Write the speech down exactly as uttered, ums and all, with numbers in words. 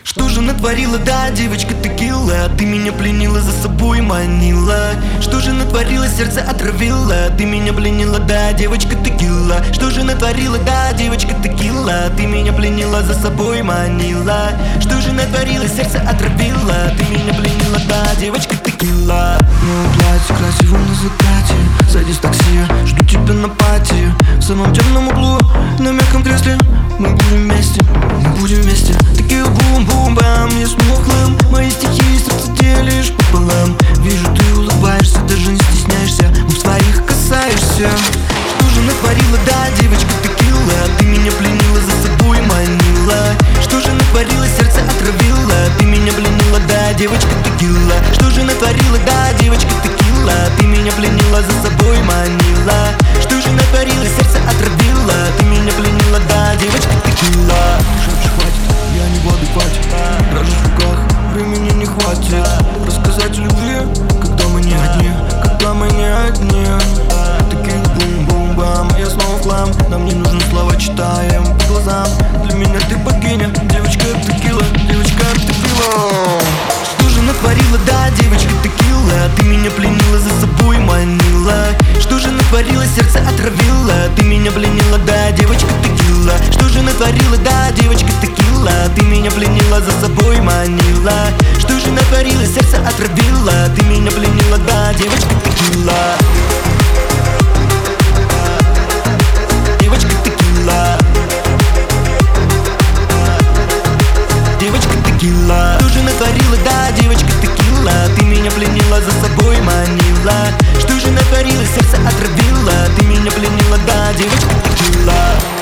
Что же натворила, да, девочка текила? Ты меня пленила, за собой манила. Что же натворила, сердце отравила? Ты меня пленила, да, девочка текила. Что же натворила, да, девочка текила? Ты меня пленила, за собой манила. Что же натворила, сердце отравила? Ты меня пленила, да, девочка текила. Новое платье, красиво на закате. Садись в такси, жду тебя на пати. В самом темном углу, на мягком кресле. Мы будем вместе, мы будем вместе. Такие бум-бум-бам, я смухлым. Мои стихи и сердце делишь пополам. Вижу, ты улыбаешься, даже не стесняешься. Губ своих касаешься. Что же натворила, да, девочка текила? Ты меня пленила, за собой манила. Что же натворила, сердце отравила? Ты меня пленила, да, девочка текила. Что же натворила, да, девочка текила? Ты меня пленила, за собой манила. Что же натворила, сердце отравила? Ты меня пленила, да, девочка текила. Шепчешь, хватит, я не в адеквате. Дрожишь в руках, времени не хватит рассказать о любви, когда мы не одни. Когда мы не одни. Таких бум-бум-бам, я снова в хлам. Нам не нужны слова, читаем по глазам. Для меня ты богиня, девочка текила, девочка текила. Что же натворила, да, девочка текила? Ты меня пленила, за собой манила. Что же натворила, сердце отравила? Ты меня пленила, да, девочка текила. Что же натворила, да, девочка текила? Ты меня пленила, за собой манила. Что же натворила, сердце отравила? Ты меня пленила, да, девочка текила. Девочка текила. Девочка текила. Что же натворила, да, девочка текила? Ты меня пленила, за собой манила. Что же натворила, сердце отравила? Ты меня пленила, да, девочка текила.